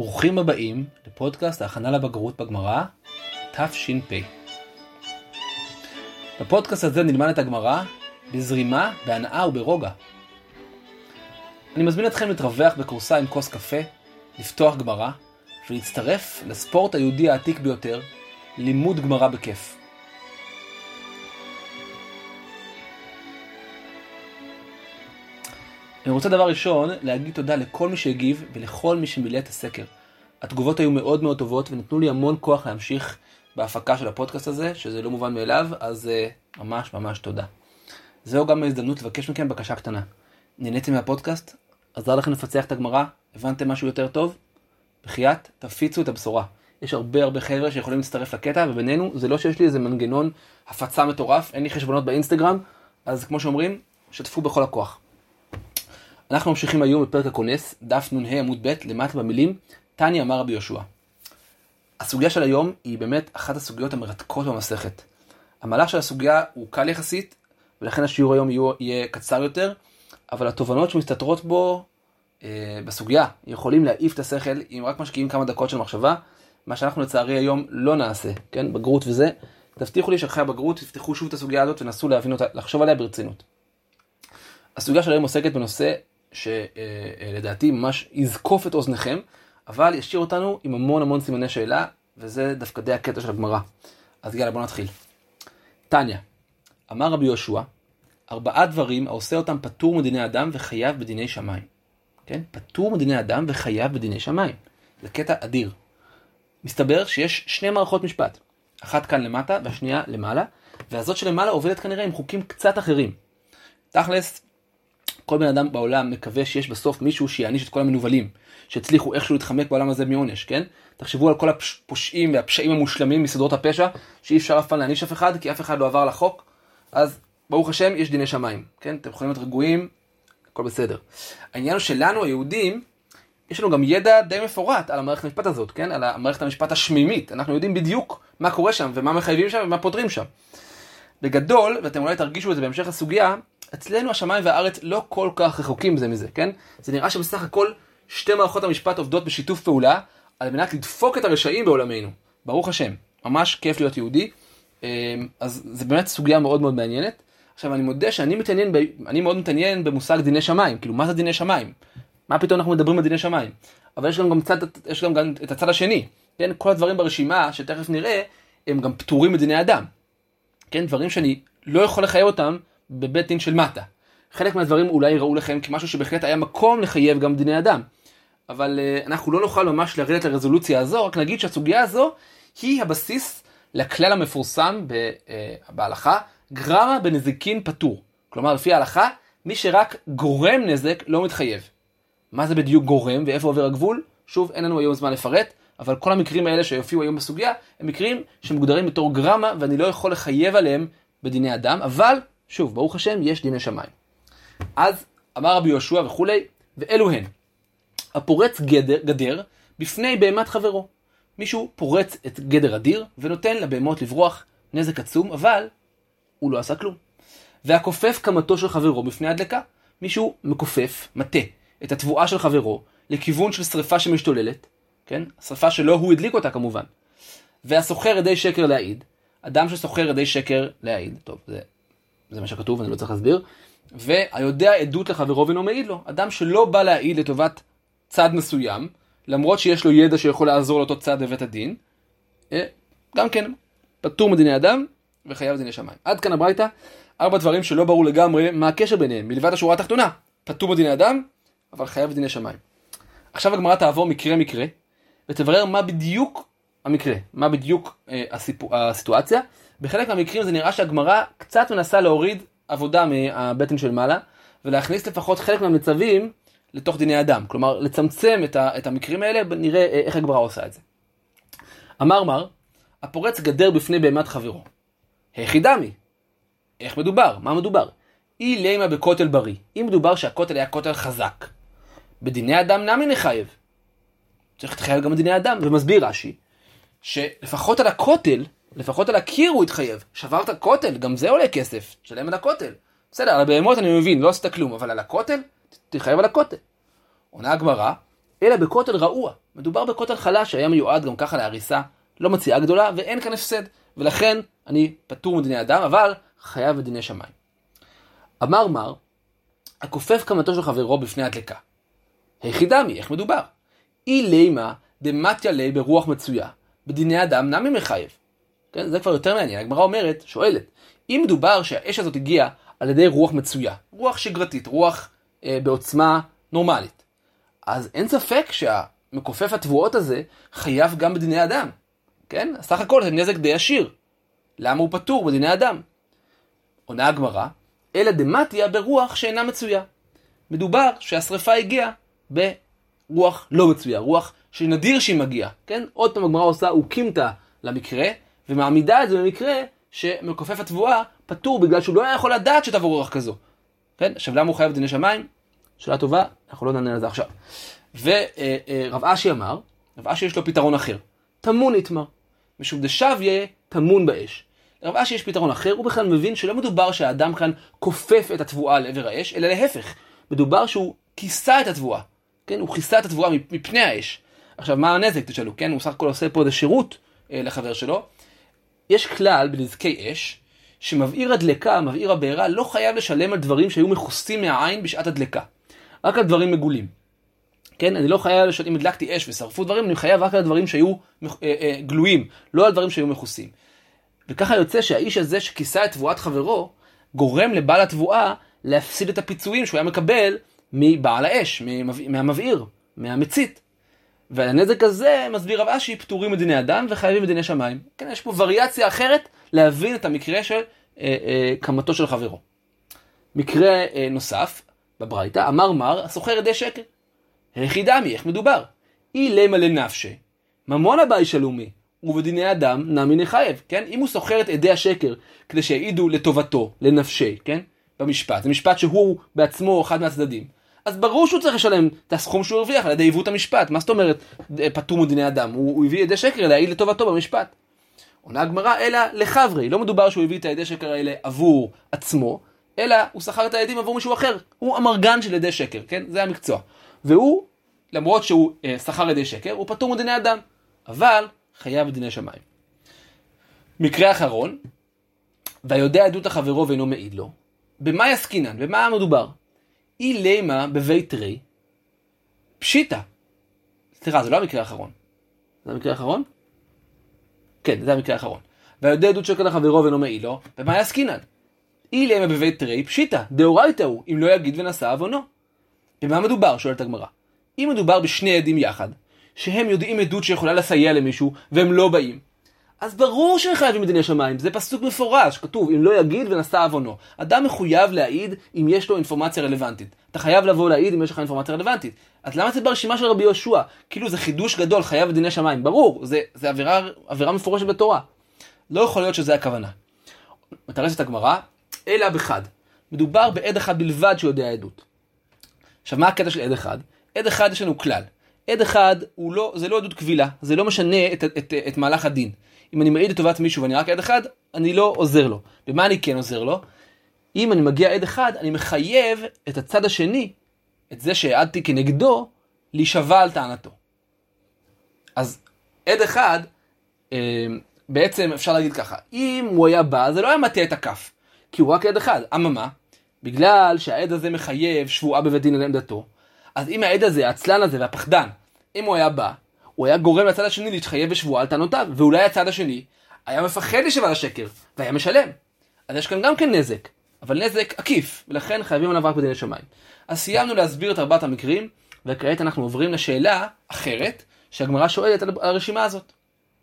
ברוכים הבאים לפודקאסט ההכנה לבגרות בגמרא, תש"פ. בפודקאסט הזה נלמד את הגמרא בזרימה, בהנאה וברוגע. אני מזמין אתכם להתרווח בקורסה עם כוס קפה, לפתוח גמרא ולהצטרף לספורט היהודי העתיק ביותר, לימוד גמרא בכיף. אני רוצה דבר ראשון להגיד תודה לכל מי שהגיב ולכל מי שמילא את הסקר. התגובות היו מאוד מאוד טובות ונתנו לי המון כוח להמשיך בהפקה של הפודקאסט הזה, שזה לא מובן מאליו, אז ממש תודה. זהו גם ההזדמנות לבקש מכם בקשה קטנה. נהניתם מהפודקאסט? עזר לכם לפצח את הגמרא? הבנתם משהו יותר טוב? בחייאת, תפיצו את הבשורה. יש הרבה חבר'ה שיכולים להצטרף לקטע, ובינינו זה לא שיש לי איזה מנגנון הפצה מטורף, אין לי חשבונות באינסטגרם, אז כמו שאומרים, שתפו בכל הכוח. אנחנו ממשיכים היום בפרק הכונס, דף נ"ה עמוד ב' למטה במילים, תניא אמר רבי יהושע. הסוגיה של היום היא באמת אחת הסוגיות המרתקות במסכת. המהלך של הסוגיה הוא קל יחסית, ולכן השיעור היום יהיה קצר יותר, אבל התובנות שמסתתרות בו בסוגיה יכולים להעיף את השכל, אם רק משקיעים כמה דקות של מחשבה, מה שאנחנו לצערי היום לא נעשה, כן? בגרות וזה. תבטיחו לי שאחרי הבגרות תפתחו שוב את הסוגיה הזאת ונסו להבין אותה, לחשוב עליה ברצינות. הסוגיה של היום עוסקת בנושא שלדעתי ממש יזקוף את אוזניכם, אבל ישאיר אותנו עם המון סימני שאלה, וזה דווקא די הקטע של הגמרא. אז יאללה, בוא נתחיל. תניא, אמר רבי יהושע, 4 דברים העושה אותם פטור מדיני אדם וחייב בדיני שמיים. כן? פטור מדיני אדם וחייב בדיני שמיים. זה קטע אדיר. מסתבר שיש 2 מערכות משפט. אחת כאן למטה והשנייה למעלה, והזאת שלמעלה עובדת כנראה עם חוקים קצת אחרים. תכלס, כל בן אדם בעולם מקווה שיש בסוף מישהו שיעניש את כל המנובלים, שהצליחו איכשהו להתחמק בעולם הזה מעונש, כן? תחשבו על כל הפושעים והפשעים המושלמים מסדרות הפשע, שאי אפשר אף פעם להעניש אף אחד, כי אף אחד לא עבר לחוק, אז ברוך השם יש דיני שמיים, כן? אתם יכולים להיות רגועים, הכל בסדר. העניין הוא שלנו, היהודים, יש לנו גם ידע די מפורט על המערכת המשפט הזאת, כן? על המערכת המשפט השמימית. אנחנו יודעים בדיוק מה קורה שם, ומה מחייבים שם, ומה פותרים שם. בגדול, ואתם אולי תרגישו את זה בהמשך הסוגיה, אצלנו השמיים והארץ לא כל כך רחוקים זה מזה, כן? זה נראה שבסך הכל 2 מערכות המשפט עובדות בשיתוף פעולה, על מנת לדפוק את הרשעים בעולמנו. ברוך השם. ממש כיף להיות יהודי. אז זה באמת סוגיה מאוד מעניינת. עכשיו, אני מודה שאני מאוד מתעניין במושג דיני שמיים. כאילו, מה זה דיני שמיים? מה פתאום אנחנו מדברים על דיני שמיים? אבל יש גם את הצד השני. כן? כל הדברים ברשימה, שתכף נראה, הם גם פטורים מדיני אדם. כן? דברים שאני לא יכול לחייב אותם בבית דין של מטה. חלק מהדברים אולי יראו לכם כמשהו שבהחלט היה מקום לחייב גם דיני אדם. אבל אנחנו לא נוכל ממש לרדת לרזולוציה הזו, רק נגיד שהסוגיה הזו היא הבסיס לכלל המפורסם בהלכה, גרמה בנזיקין פטור. כלומר, לפי ההלכה, מי שרק גורם נזק לא מתחייב. מה זה בדיוק גורם ואיפה עובר הגבול? שוב, אין לנו היום זמן לפרט, אבל כל המקרים האלה שיופיעו היום בסוגיה, הם מקרים שמוגדרים בתור גרמה, ואני לא יכול לחייב עליהם בדיני אדם, אבל שוב, ברוך השם, יש דיני שמיים. אז אמר רבי יהושע וכולי, ואלו הן. הפורץ גדר בפני בהמת חברו. מישהו פורץ את גדר הדיר ונותן לבהמות לברוח, נזק עצום, אבל הוא לא עשה כלום. והכופף קמתו של חברו בפני הדלקה. מישהו מכופף, מטה, את התבואה של חברו לכיוון של שריפה שמשתוללת, כן? שריפה שלא הוא הדליק אותה כמובן. והסוחר ידי שקר להעיד. אדם שסוחר ידי שקר להעיד. טוב, זה מה שכתוב, אני לא צריך להסביר. והיודע עדות לחברו ואינו מעיד לו. אדם שלא בא להעיד לטובת צד מסוים, למרות שיש לו ידע שיכול לעזור לאותו צד בבית הדין, גם כן, פטור מדיני אדם וחייב דיני שמיים. עד כאן הברייתא, 4 דברים שלא ברור לגמרי מה הקשר ביניהם, מלבד השורה התחתונה. פטור מדיני אדם, אבל חייב דיני שמיים. עכשיו הגמרא תעבור מקרה, ותברר מה בדיוק המקרה, מה בדיוק הסיטואציה. בחלק מהמקרים זה נראה שהגמרא קצת מנסה להוריד עבודה מהבטן של מעלה, ולהכניס לפחות חלק מהמצבים לתוך דיני אדם. כלומר, לצמצם את המקרים האלה, נראה איך הגמרא עושה את זה. אמר, הפורץ גדר בפני בהמת חברו. היחידמי. איך מדובר? מה מדובר? אי לימה בכותל בריא. אם מדובר שהכותל היה כותל חזק, בדיני אדם נמי נחייב. צריך להתחייב גם בדיני אדם. ומסביר רש"י, שלפחות על הכותל, לפחות על הקיר הוא התחייב. שברת הכותל, גם זה עולה כסף. שלם על הכותל. בסדר, על הבהמות אני מבין, לא עשית כלום, אבל על הכותל, תחייב על הכותל. עונה הגמרא, אלא בכותל רעוע. מדובר בכותל חלש שהיה מיועד גם ככה להריסה, לא מציאה גדולה ואין כאן הפסד, ולכן אני פטור מדיני אדם, אבל חייב בדיני שמיים. אמר מר, הכופף קמתו של חברו בפני הדלקה. היחידמי, איך מדובר? אי לימה דמתיה לי ברוח מצויה, בדיני אדם נמי מחייב. כן, זה כבר יותר מעניין. הגמרא אומרת, שואלת, אם מדובר שהאש הזאת הגיעה על ידי רוח מצויה, רוח שגרתית, רוח בעוצמה נורמלית, אז אין ספק שהמכופף התבואות הזה חייב גם בדיני אדם. כן? סך הכל זה נזק די עשיר. למה הוא פטור בדיני אדם? עונה הגמרא, אלא דמתיה ברוח שאינה מצויה. מדובר שהשריפה הגיעה ברוח לא מצויה, רוח שנדיר שהיא מגיעה. כן? עוד פעם הגמרא עושה אוקימתא למקרה, ומעמידה את זה במקרה שמכופף התבואה פטור בגלל שהוא לא היה יכול לדעת שתבוא רוח כזו. כן? עכשיו למה הוא חייב בדיני שמיים? שאלה טובה, אנחנו לא נענה על זה עכשיו. ורב אשי אמר, רב אשי יש לו פתרון אחר. תמון יתמר. משום דשוויה תמון באש. לרב אשי יש פתרון אחר, הוא בכלל מבין שלא מדובר שהאדם כאן כופף את התבואה לעבר האש, אלא להפך. מדובר שהוא כיסה את התבואה. כן? הוא כיסה את התבואה מפני האש. עכשיו, מה הנזק? תשאלו, כן? הוא סך הכל עושה פה איזה שירות לחבר שלו. יש כלל בנזקי אש, שמבעיר הדלקה, מבעיר הבעירה, לא חייב לשלם על דברים שהיו מכוסים מהעין בשעת הדלקה. רק על דברים מגולים. כן? אני לא חייב לשלם, אם הדלקתי אש ושרפו דברים, אני חייב רק על דברים שהיו גלויים, לא על דברים שהיו מכוסים. וככה יוצא שהאיש הזה שכיסה את תבואת חברו, גורם לבעל התבואה להפסיד את הפיצויים שהוא היה מקבל מבעל האש, מהמבעיר, מהמצית. ועל הנזק הזה מסביר רב אשי פטורים מדיני אדם וחייבים מדיני שמיים. כן, יש פה וריאציה אחרת להבין את המקרה של קמתו של חברו. מקרה נוסף, בברייתא, אמר מר, הסוחר עדי שקר. היחידמי, איך מדובר? אי למה לנפשי, ממון הבאי שלומי, ובדיני אדם נמי נחייב. כן? אם הוא סוחר את עדי השקר כדי שיעידו לטובתו, לנפשי, כן? במשפט, זה משפט שהוא בעצמו אחד מהצדדים. אז ברור שהוא צריך לשלם את הסכום שהוא הרוויח על ידי עיוות המשפט. מה זאת אומרת פטור מדיני אדם? הוא הביא עדי שקר להעיד לטובתו במשפט. עונה הגמרא, אלא לחברי. לא מדובר שהוא הביא את העדי שקר האלה עבור עצמו, אלא הוא שכר את העדים עבור מישהו אחר. הוא המרגן של עדי שקר, כן? זה המקצוע. והוא, למרות שהוא שכר עדי שקר, הוא פטור מדיני אדם. אבל חייב בדיני שמיים. מקרה אחרון, ויודע עדות החברו ואינו מעיד לו. במה יסקינן? במה מדובר? אי לימה בבית רי, פשיטה. סליחה, זה לא המקרה האחרון. זה המקרה האחרון? כן, זה המקרה האחרון. ויודע עדות שקל לחברו ואינו מעיד לו, במה יסקינן? אי לימה בבית רי, פשיטה. דאורייתא הוא, אם לא יגיד ונשא עוונו. במה מדובר? שואלת הגמרא. אם מדובר בשני עדים יחד, שהם יודעים עדות שיכולה לסייע למישהו, והם לא באים, אז ברור שהם חייבים בדיני שמיים. זה פסוק מפורש, כתוב, אם לא יגיד ונשא עוונו. אדם מחויב להעיד אם יש לו אינפורמציה רלוונטית. אתה חייב לבוא להעיד אם יש לך אינפורמציה רלוונטית. אז למה זה ברשימה של רבי יהושע? כאילו זה חידוש גדול, חייב בדיני שמיים. ברור, זה עבירה מפורשת בתורה. לא יכול להיות שזה הכוונה. מתרצת הגמרא, אלא בחד. מדובר בעד אחד בלבד שיודע עדות. עכשיו, מה הקטע של עד אחד? עד אחד יש לנו כלל. עד אחד זה לא עדות קבילה, זה לא משנה את מהלך הדין. אם אני מעיד לטובת מישהו ואני רק עד אחד, אני לא עוזר לו. במה אני כן עוזר לו? אם אני מגיע עד אחד, אני מחייב את הצד השני, את זה שהעדתי כנגדו, להישבע על טענתו. אז עד אחד, בעצם אפשר להגיד ככה, אם הוא היה בא, זה לא היה מטה את הכף, כי הוא רק עד אחד. אממה, בגלל שהעד הזה מחייב שבועה בבית דין על עמדתו, אז אם העד הזה, העצלן הזה והפחדן, אם הוא היה בא, הוא היה גורם לצד השני להתחייב בשבועה על טענותיו, ואולי הצד השני היה מפחד לשבע על השקר, והיה משלם. אז יש כאן גם כן נזק, אבל נזק עקיף, ולכן חייבים עליו רק בדיני שמיים. אז סיימנו להסביר את ארבעת המקרים, וכעת אנחנו עוברים לשאלה אחרת, שהגמרא שואלת על הרשימה הזאת.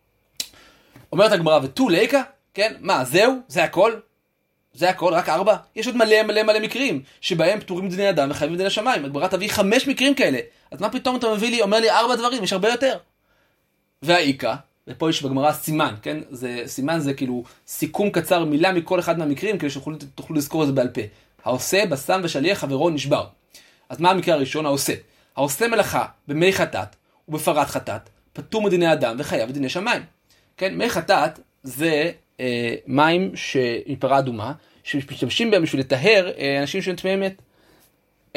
אומרת הגמרא, ותו ליקה? כן? מה, זהו? זה הכל? זה הכל? רק 4? יש עוד מלא מקרים, שבהם פטורים דיני אדם וחייבים דיני שמיים. הגמרא תביא 5 מקרים כאלה. אז מה פתאום אתה מביא לי, אומר לי 4 דברים, יש הרבה יותר. והאיקה, ופה יש בגמרא סימן, כן? סימן זה כאילו סיכום קצר מילה מכל אחד מהמקרים, כדי שתוכלו לזכור את זה בעל פה. העושה, בסם ושליח חברו נשבר. אז מה המקרה הראשון? העושה מלאכה במי חטאת ובפרת חטאת, פטור מדיני אדם וחייב בדיני שמיים. כן? מי חטאת זה מים מפרה אדומה, שמשתמשים בהם בשביל לטהר אנשים שהם טמאי מת.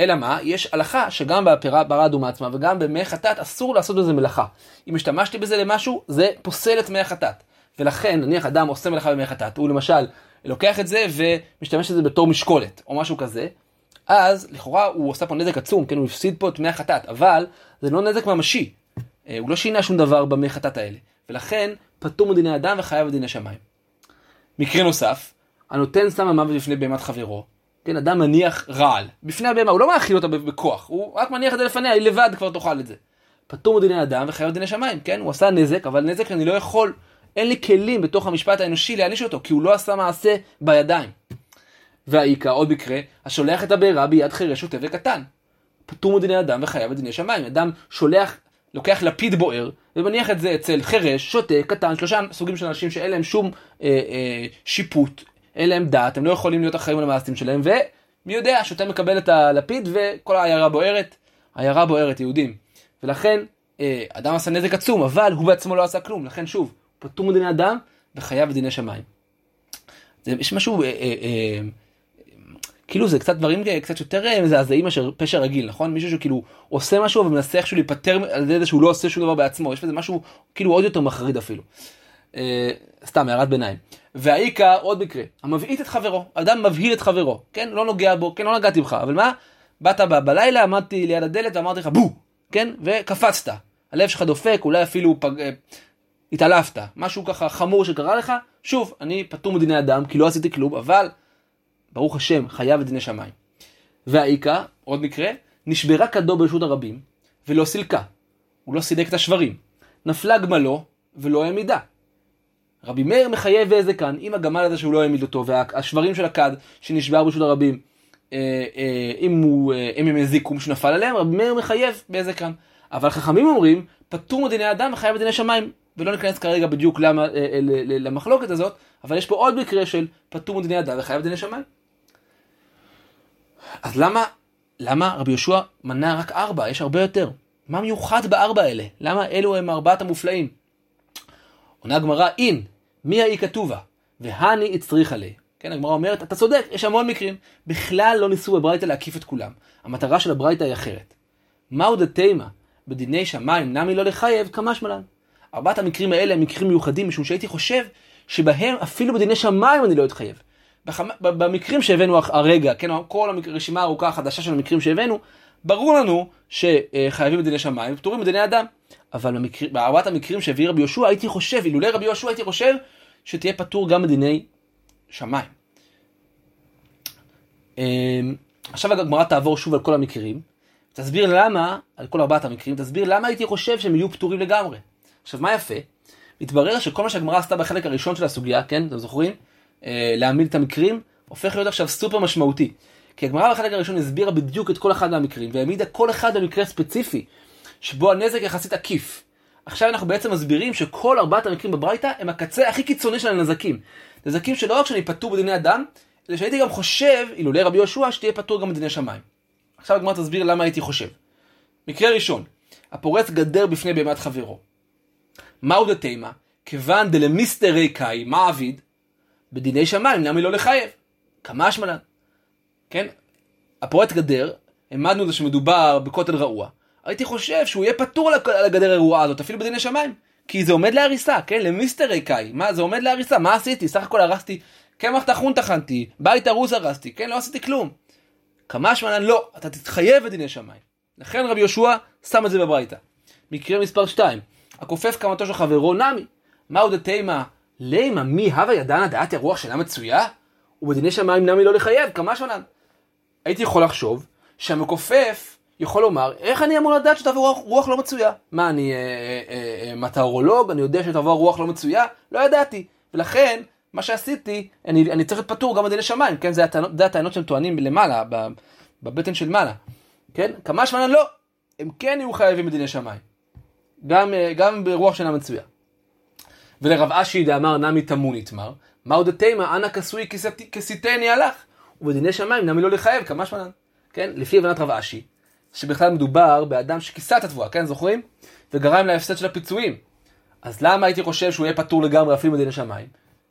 אלא מה? יש הלכה שגם בפרה אדומה עצמה וגם במי חטאת אסור לעשות בזה מלאכה. אם השתמשתי בזה למשהו, זה פוסל את מי חטאת. ולכן, נניח אדם עושה מלאכה במי חטאת, הוא למשל לוקח את זה ומשתמש בזה בתור משקולת, או משהו כזה, אז לכאורה הוא עושה פה נזק עצום, כן? הוא הפסיד פה את מי החטאת, אבל זה לא נזק ממשי. הוא לא שינה שום דבר במי חטאת האלה. ולכן, פטור מדיני אדם וחייב בדיני שמיים. מקרה נוסף, הנותן שם המוות בפני בהמת חברו, כן, אדם מניח רעל בפני הבהמה, הוא לא מאכיל אותה בכוח, הוא רק מניח את זה לפניה, היא לבד כבר תאכל את זה. פטור מדיני אדם וחייב בדיני שמיים, כן, הוא עשה נזק, אבל נזק אני לא יכול, אין לי כלים בתוך המשפט האנושי להעניש אותו, כי הוא לא עשה מעשה בידיים. והאיכה, עוד מקרה, השולח את הבהרה ביד חירש שוטה וקטן. פטור מדיני אדם וחייב בדיני שמיים, אדם לוקח לפיד בוער, ומניח את זה אצל חירש, שוטה, קטן, 3 סוגים של אנשים שאין להם שום שיפוט, אין להם דעת, הם לא יכולים להיות אחראים על המעשים שלהם, ומי יודע, שוטה מקבל את הלפיד וכל העיירה בוערת, יהודים. ולכן, אדם עשה נזק עצום, אבל הוא בעצמו לא עשה כלום, לכן שוב, פטור מדיני אדם וחייב בדיני שמיים. יש משהו, כאילו זה קצת דברים קצת יותר מזעזעים מאשר פשע רגיל, נכון? מישהו שכאילו עושה משהו ומנסה איכשהו להיפטר על זה שהוא לא עושה שום דבר בעצמו, יש בזה משהו כאילו עוד יותר מחריד אפילו. סתם, הערת ביניים. והאיכה, עוד מקרה, המבעית את חברו, אדם מבהיל את חברו, כן? לא נוגע בו, כן? לא נגעתי בך, אבל מה? באת בלילה, עמדתי ליד הדלת ואמרתי לך, בו! כן? וקפצת. הלב שלך דופק, אולי אפילו התעלפת. משהו ככה חמור שקרה לך. שוב, אני פטור מדיני אדם, כי לא עשיתי כלום, אבל ברוך השם, חייב בדיני שמיים. והאיכה, עוד מקרה, נשברה כדו ברשות הרבים, ולא סילקה. הוא לא סילק את השברים. נפלה גמלו, ולא העמידה. רבי מאיר מחייב ואיזה כאן, עם הגמל הזה שהוא לא העמיד אותו, והשברים של הכד שנשבר ברשות הרבים, אם הם הזיקו שנפל עליהם, רבי מאיר מחייב באיזה כאן. אבל חכמים אומרים, פטור מדיני אדם וחייב בדיני שמיים. ולא ניכנס כרגע בדיוק למחלוקת הזאת, אבל יש פה עוד מקרה של פטור מדיני אדם וחייב בדיני שמיים. אז למה רבי יהושע מנה רק 4? יש הרבה יותר. מה מיוחד ב4 האלה? למה אלו הם 4 המופלאים? עונה הגמרא, אין, מי האי כתובה? והני הצריך עליה. כן, הגמרא אומרת, אתה צודק, יש המון מקרים. בכלל לא ניסו בברייתא להקיף את כולם. המטרה של הברייתא היא אחרת. מהו דתימה? בדיני שמיים נמי לא לחייב, כמה שמלן. 4 המקרים האלה הם מקרים מיוחדים, משום שהייתי חושב שבהם אפילו בדיני שמיים אני לא אתחייב. במקרים שהבאנו הרגע, כן, כל הרשימה הארוכה החדשה של המקרים שהבאנו, ברור לנו שחייבים בדיני שמיים ופטורים בדיני אדם. אבל ב4 המקרים שהביא רבי יהושע, הייתי חושב, אילולא רבי יהושע הייתי חושב שתהיה פטור גם בדיני שמיים. עכשיו הגמרא תעבור שוב על כל המקרים, תסביר למה, על כל 4 המקרים, תסביר למה הייתי חושב שהם יהיו פטורים לגמרי. עכשיו מה יפה? מתברר שכל מה שהגמרא עשתה בחלק הראשון של הסוגיה, כן, אתם זוכרים? להעמיד את המקרים, הופך להיות עכשיו סופר משמעותי. כי הגמרא בחלק הראשון הסבירה בדיוק את כל אחד מהמקרים, והעמידה כל אחד במקרה ספציפי, שבו הנזק יחסית עקיף. עכשיו אנחנו בעצם מסבירים שכל 4 המקרים בברייתא הם הקצה הכי קיצוני של הנזקים. נזקים שלא רק שאני פטור בדיני אדם, אלא שהייתי גם חושב, אילולא רבי יהושע, שתהיה פטור גם בדיני שמיים. עכשיו הגמרא תסביר למה הייתי חושב. מקרה ראשון, הפורץ גדר בפני בהמת חברו. מהו דתימה? כיוון דלמיסתרי קאי, מה עביד? בדיני שמיים, נמי לא לחייב. כמה שמלן. כן? הפורץ גדר, העמדנו זה שמדובר בכותל רעוע. הייתי חושב שהוא יהיה פטור על הגדר הרעועה הזאת, אפילו בדיני שמיים. כי זה עומד להריסה, כן? למיסתרי קאי. מה? זה עומד להריסה. מה עשיתי? סך הכל הרסתי, קמח טחון טחנתי, בית ארוס הרסתי, כן? לא עשיתי כלום. כמה שמלן, לא. אתה תתחייב בדיני שמיים. לכן רבי יהושע שם את זה בברייתא. מקרה מספר 2. הכופף קמתו של חברו נמי. מהו דתימה? לימה מי הווה ידענה דעת הרוח שאינה מצויה? ובדיני שמיים נמי לא לחייב, כמה שמלן. הייתי יכול לחשוב שהמכופף יכול לומר, איך אני אמור לדעת שתבוא רוח לא מצויה? מה, אני מטאורולוג? אני יודע שתבוא רוח לא מצויה? לא ידעתי. ולכן, מה שעשיתי, אני צריך להיות פטור גם בדיני שמיים, כן? זה הטענות שהם טוענים למעלה, בבטן של מעלה. כן? כמה שמלן לא. הם כן יהיו חייבים בדיני שמיים. גם ברוח שאינה מצויה. ולרב אשי דאמר נמי תמון יתמר, מהו דתימה אנא כסוי כסיתני הלך, ובדיני שמיים נמי לא לחייב, כמה שמלן. כן? לפי הבנת רב אשי, שבכלל מדובר באדם שכיסה את התבואה, כן? זוכרים? וגרם להפסד של הפיצויים. אז למה הייתי חושב שהוא יהיה פטור לגמרי אפילו בדיני שמיים?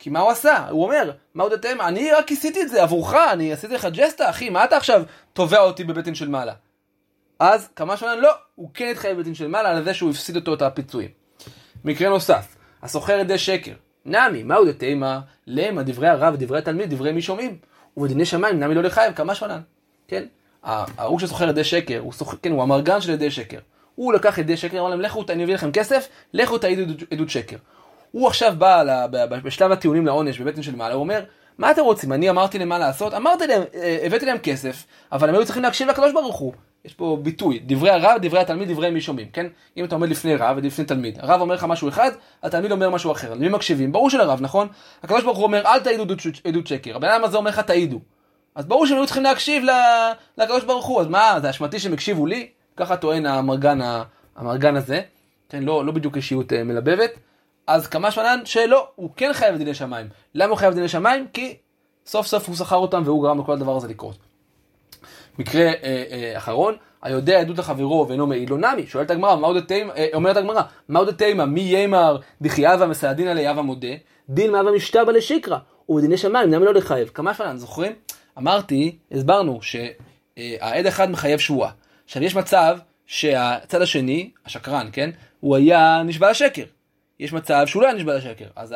כי מה הוא עשה? הוא אומר, מה עוד אתם? אני רק עשיתי את זה עבורך, אני עשיתי לך ג'סטה, אחי, מה אתה עכשיו תובע אותי בבטן של מעלה? אז כמה שנה לא, הוא כן התחייב בבטן של מעלה על זה שהוא הפסיד אותו את הפיצויים. מקרה נוסף, הסוחר ידי שקר. נמי, מה עוד אתם? למה דברי הרב, דברי התלמיד, דברי מי שומעים? ובדיני שמיים, נמי לא לחייב, כמה שנה? כן? ההוא שסוחר ידי שקר, כן, הוא המרגן של ידי שקר. הוא לקח ידי שקר, אמר להם, לכו, אני אביא לכם כסף, לכו תעידו עדות שקר. הוא עכשיו בא בשלב הטיעונים לעונש בבטן של מעלה, הוא אומר, מה אתם רוצים? אני אמרתי להם מה לעשות? אמרתי להם, הבאתי להם כסף, אבל הם היו צריכים להקשיב לקדוש ברוך הוא. יש פה ביטוי, דברי הרב, דברי התלמיד, דברי מי שומעים, כן? אם אתה עומד לפני רב ולפני תלמיד, הרב אומר לך משהו אחד, התלמיד אומר משהו אחר, למי מקשיבים? ברור של הרב, נכון? הקדוש ברוך הוא אומר, אל תעידו עדות שקר, הבן אדם הזה אומר לך, תעידו. אז ברור שהם היו צריכים להקשיב לקדוש ברוך הוא, אז מה, זה אשמתי שהם הקשיבו לי? ככה טוען המרגן הזה, כן? לא בדיוק אישיות מלבבת. אז כמה שנן שלא, הוא כן חייב דיני שמיים. למה הוא חייב דיני שמיים? כי סוף סוף הוא שכר אותם והוא גרם לכל הדבר הזה לקרות. מקרה אחרון, היודע עדות לחברו ואינו מעיד לו נמי. שואלת הגמרא, אומרת הגמרא, מה עוד התימה? מי יאמר דחייבה מסעדין עלי יבה מודה, דין מהווה משתבא לשקרא, ובדיני שמיים נמי לא לחייב. כמה שנן, זוכרים? הסברנו שהעד אחד מחייב שבועה. עכשיו יש מצב שהצד השני, השקרן, כן? הוא היה נשבע לשקר. יש מצב שהוא לא היה נשבע לשקר. אז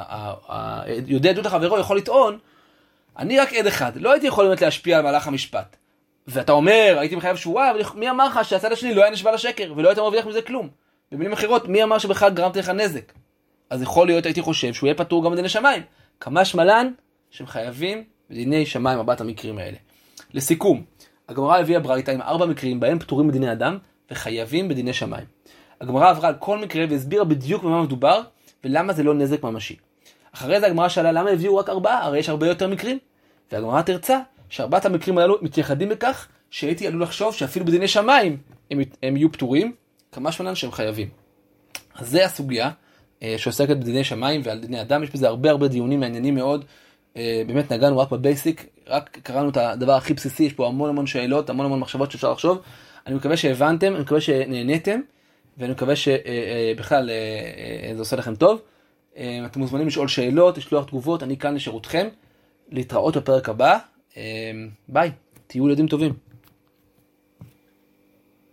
יודע עדות לחברו יכול לטעון, אני רק עד אחד, לא הייתי יכול באמת להשפיע על מהלך המשפט. ואתה אומר, הייתי מחייב שבועה, אבל מי אמר לך שהצד השני לא היה נשבע לשקר, ולא היית מרוויח מזה כלום? במילים אחרות, מי אמר שבכלל גרמתי לך נזק? אז יכול להיות, הייתי חושב שהוא יהיה פטור גם בדיני שמיים. כמה שמלן שהם חייבים בדיני שמיים ארבעת המקרים האלה. לסיכום, הגמרא הביאה ברייתא עם 4 מקרים בהם פטורים בדיני אדם וחייבים בדיני שמיים. הגמרא עברה על כל מקרה והסבירה בדיוק במה מדובר ולמה זה לא נזק ממשי. אחרי זה הגמרא שאלה למה הביאו רק 4, הרי יש הרבה יותר מקרים. והגמרא תרצה שארבעת המקרים האלו מתייחדים בכך שהייתי עלול לחשוב שאפילו בדיני שמיים הם יהיו פטורים, כמה שמנן שהם חייבים. אז זה הסוגיה שעוסקת בדיני שמיים ועל דיני אדם. יש בזה הרבה דיונים מעניינים מאוד. באמת נגענו רק בבייסיק, רק קראנו את הדבר הכי בסיסי, יש פה המון שאלות, המון מחשבות שאפשר לחשוב. אני מקווה שהבנתם, אני מקווה שנהניתם, ואני מקווה שבכלל זה עושה לכם טוב. אתם מוזמנים לשאול שאלות, לשלוח תגובות, אני כאן לשירותכם. להתראות בפרק הבא. ביי, תהיו ילדים טובים.